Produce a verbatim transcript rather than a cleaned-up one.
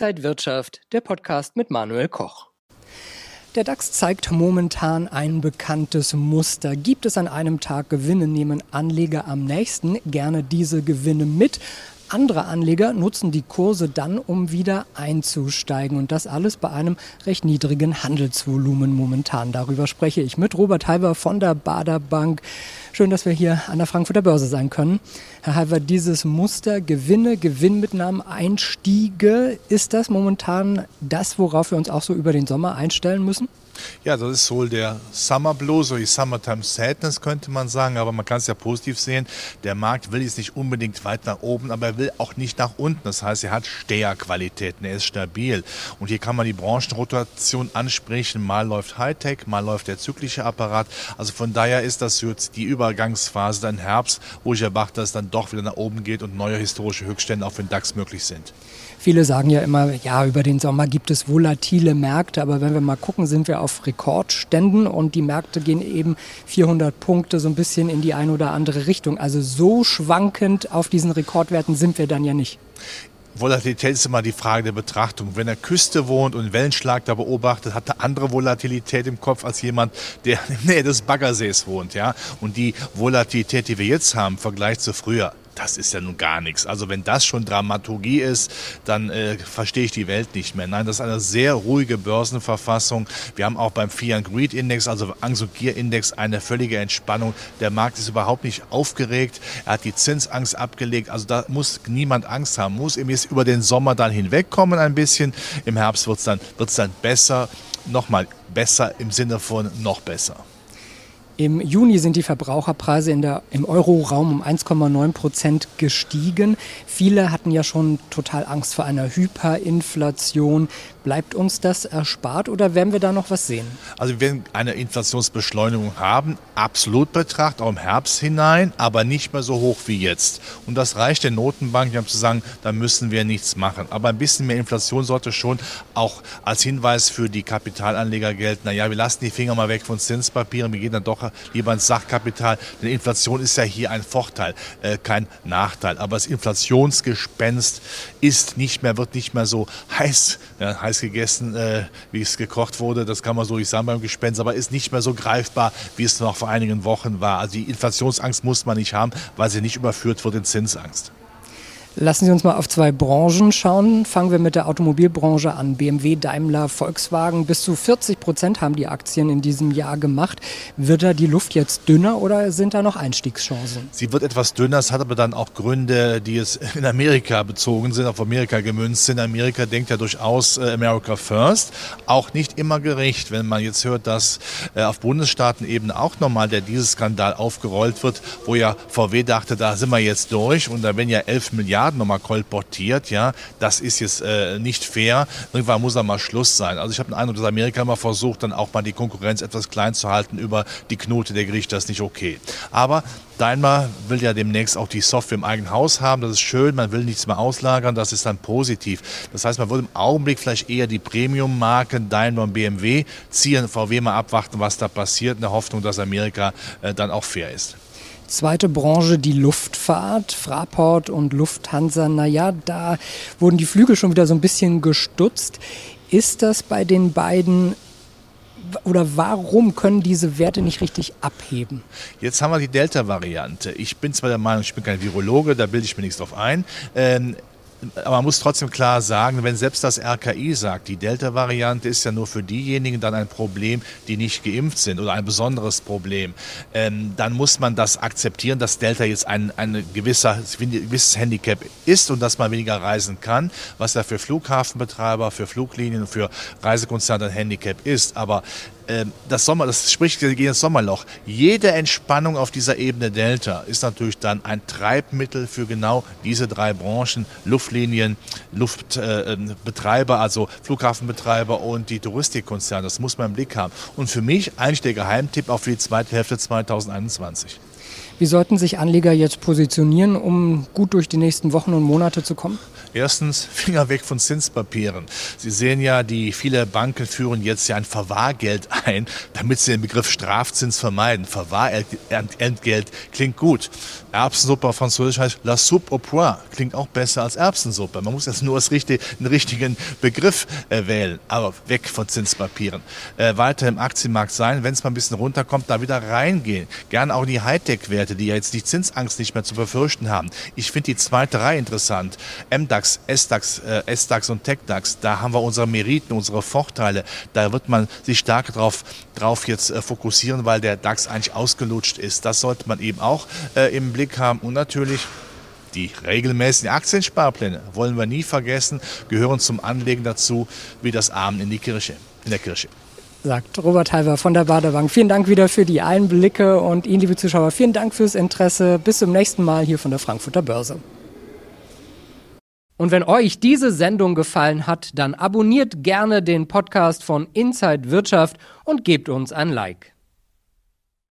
Inside Wirtschaft, der Podcast mit Manuel Koch. Der DAX zeigt momentan ein bekanntes Muster. Gibt es an einem Tag Gewinne, nehmen Anleger am nächsten gerne diese Gewinne mit. Andere Anleger nutzen die Kurse dann, um wieder einzusteigen. Und das alles bei einem recht niedrigen Handelsvolumen momentan. Darüber spreche ich mit Robert Halver von der Baader Bank. Schön, dass wir hier an der Frankfurter Börse sein können. Herr Halver, dieses Muster Gewinne, Gewinnmitnahmen, Einstiege, ist das momentan das, worauf wir uns auch so über den Sommer einstellen müssen? Ja, das ist wohl der Summer Blues oder die Summertime Sadness, könnte man sagen. Aber man kann es ja positiv sehen. Der Markt will jetzt nicht unbedingt weit nach oben, aber er will auch nicht nach unten. Das heißt, er hat Steherqualitäten, er ist stabil. Und hier kann man die Branchenrotation ansprechen. Mal läuft Hightech, mal läuft der zyklische Apparat. Also von daher ist das jetzt die Übergangsphase dann Herbst, wo ich erwarte, dass es dann doch wieder nach oben geht und neue historische Höchststände auch für den DAX möglich sind. Viele sagen ja immer, ja, über den Sommer gibt es volatile Märkte, aber wenn wir mal gucken, sind wir auf Rekordständen und die Märkte gehen eben vierhundert Punkte so ein bisschen in die eine oder andere Richtung. Also so schwankend auf diesen Rekordwerten sind wir dann ja nicht. Volatilität ist immer die Frage der Betrachtung. Wenn er Küste wohnt und einen Wellenschlag da beobachtet, hat er andere Volatilität im Kopf als jemand, der in der Nähe des Baggersees wohnt. Ja? Und die Volatilität, die wir jetzt haben, im Vergleich zu früher, das ist ja nun gar nichts. Also wenn das schon Dramaturgie ist, dann äh, verstehe ich die Welt nicht mehr. Nein, das ist eine sehr ruhige Börsenverfassung. Wir haben auch beim Fear and Greed Index, also Angst und Gier Index, eine völlige Entspannung. Der Markt ist überhaupt nicht aufgeregt. Er hat die Zinsangst abgelegt. Also da muss niemand Angst haben. Muss eben jetzt über den Sommer dann hinwegkommen ein bisschen. Im Herbst wird es dann, wird's dann besser. Nochmal besser im Sinne von noch besser. Im Juni sind die Verbraucherpreise in der, im Euroraum um eins Komma neun Prozent gestiegen. Viele hatten ja schon total Angst vor einer Hyperinflation. Bleibt uns das erspart oder werden wir da noch was sehen? Also wir werden eine Inflationsbeschleunigung haben, absolut betrachtet, auch im Herbst hinein, aber nicht mehr so hoch wie jetzt. Und das reicht den Notenbanken, um zu sagen, da müssen wir nichts machen. Aber ein bisschen mehr Inflation sollte schon auch als Hinweis für die Kapitalanleger gelten. Naja, wir lassen die Finger mal weg von Zinspapieren, wir gehen dann doch lieber ins Sachkapital. Denn Inflation ist ja hier ein Vorteil, äh, kein Nachteil. Aber das Inflationsgespenst ist nicht mehr, wird nicht mehr so heiß, ja, heiß gegessen, äh, wie es gekocht wurde. Das kann man so nicht sagen beim Gespenst, aber ist nicht mehr so greifbar, wie es noch vor einigen Wochen war. Also die Inflationsangst muss man nicht haben, weil sie nicht überführt wird in Zinsangst. Lassen Sie uns mal auf zwei Branchen schauen. Fangen wir mit der Automobilbranche an. B M W, Daimler, Volkswagen. Bis zu vierzig Prozent haben die Aktien in diesem Jahr gemacht. Wird da die Luft jetzt dünner oder sind da noch Einstiegschancen? Sie wird etwas dünner. Es hat aber dann auch Gründe, die es in Amerika bezogen sind, auf Amerika gemünzt sind. Amerika denkt ja durchaus äh, America First. Auch nicht immer gerecht, wenn man jetzt hört, dass äh, auf Bundesstaatenebene auch nochmal der Dieselskandal aufgerollt wird, wo ja V W dachte, da sind wir jetzt durch und da werden ja elf Milliarden nochmal kolportiert, ja, das ist jetzt äh, nicht fair. Irgendwann muss da mal Schluss sein. Also ich habe den Eindruck, dass Amerika mal versucht, dann auch mal die Konkurrenz etwas klein zu halten über die Knote der Gerichte, das ist nicht okay. Aber Daimler will ja demnächst auch die Software im eigenen Haus haben, das ist schön, man will nichts mehr auslagern, das ist dann positiv. Das heißt, man würde im Augenblick vielleicht eher die Premium-Marken Daimler und B M W ziehen, V W mal abwarten, was da passiert, in der Hoffnung, dass Amerika äh, dann auch fair ist. Zweite Branche, die Luftfahrt, Fraport und Lufthansa. Naja, da wurden die Flüge schon wieder so ein bisschen gestutzt. Ist das bei den beiden oder warum können diese Werte nicht richtig abheben? Jetzt haben wir die Delta-Variante. Ich bin zwar der Meinung, ich bin kein Virologe, da bilde ich mir nichts drauf ein. Ähm, Aber man muss trotzdem klar sagen, wenn selbst das R K I sagt, die Delta-Variante ist ja nur für diejenigen dann ein Problem, die nicht geimpft sind oder ein besonderes Problem, ähm, dann muss man das akzeptieren, dass Delta jetzt ein, ein gewisser, gewisses Handicap ist und dass man weniger reisen kann, was ja für Flughafenbetreiber, für Fluglinien und für Reisekonzerne ein Handicap ist. Aber Das, Sommer, das spricht gegen das Sommerloch. Jede Entspannung auf dieser Ebene Delta ist natürlich dann ein Treibmittel für genau diese drei Branchen, Luftlinien, Luftbetreiber, äh, also Flughafenbetreiber und die Touristikkonzerne. Das muss man im Blick haben. Und für mich eigentlich der Geheimtipp auch für die zweite Hälfte zweitausendeinundzwanzig. Wie sollten sich Anleger jetzt positionieren, um gut durch die nächsten Wochen und Monate zu kommen? Erstens, Finger weg von Zinspapieren. Sie sehen ja, die viele Banken führen jetzt ja ein Verwahrgeld ein, damit sie den Begriff Strafzins vermeiden. Verwahrentgelt klingt gut. Erbsensuppe auf Französisch heißt la soupe au pois. Klingt auch besser als Erbsensuppe. Man muss jetzt nur das richtige, den richtigen Begriff äh, wählen. Aber weg von Zinspapieren. Äh, weiter im Aktienmarkt sein. Wenn es mal ein bisschen runterkommt, da wieder reingehen. Gerne auch die Hightech-Werte, die ja jetzt die Zinsangst nicht mehr zu befürchten haben. Ich finde die zweite Reihe interessant. M DAX, S DAX, äh, S DAX und Tech DAX. Da haben wir unsere Meriten, unsere Vorteile. Da wird man sich stark drauf, drauf jetzt äh, fokussieren, weil der DAX eigentlich ausgelutscht ist. Das sollte man eben auch äh, im Blick haben. Und natürlich die regelmäßigen Aktiensparpläne, wollen wir nie vergessen, gehören zum Anlegen dazu, wie das Abend in die Kirche, in der Kirche. Sagt Robert Halver von der Baader Bank. Vielen Dank wieder für die Einblicke und Ihnen, liebe Zuschauer, vielen Dank fürs Interesse. Bis zum nächsten Mal hier von der Frankfurter Börse. Und wenn euch diese Sendung gefallen hat, dann abonniert gerne den Podcast von Inside Wirtschaft und gebt uns ein Like.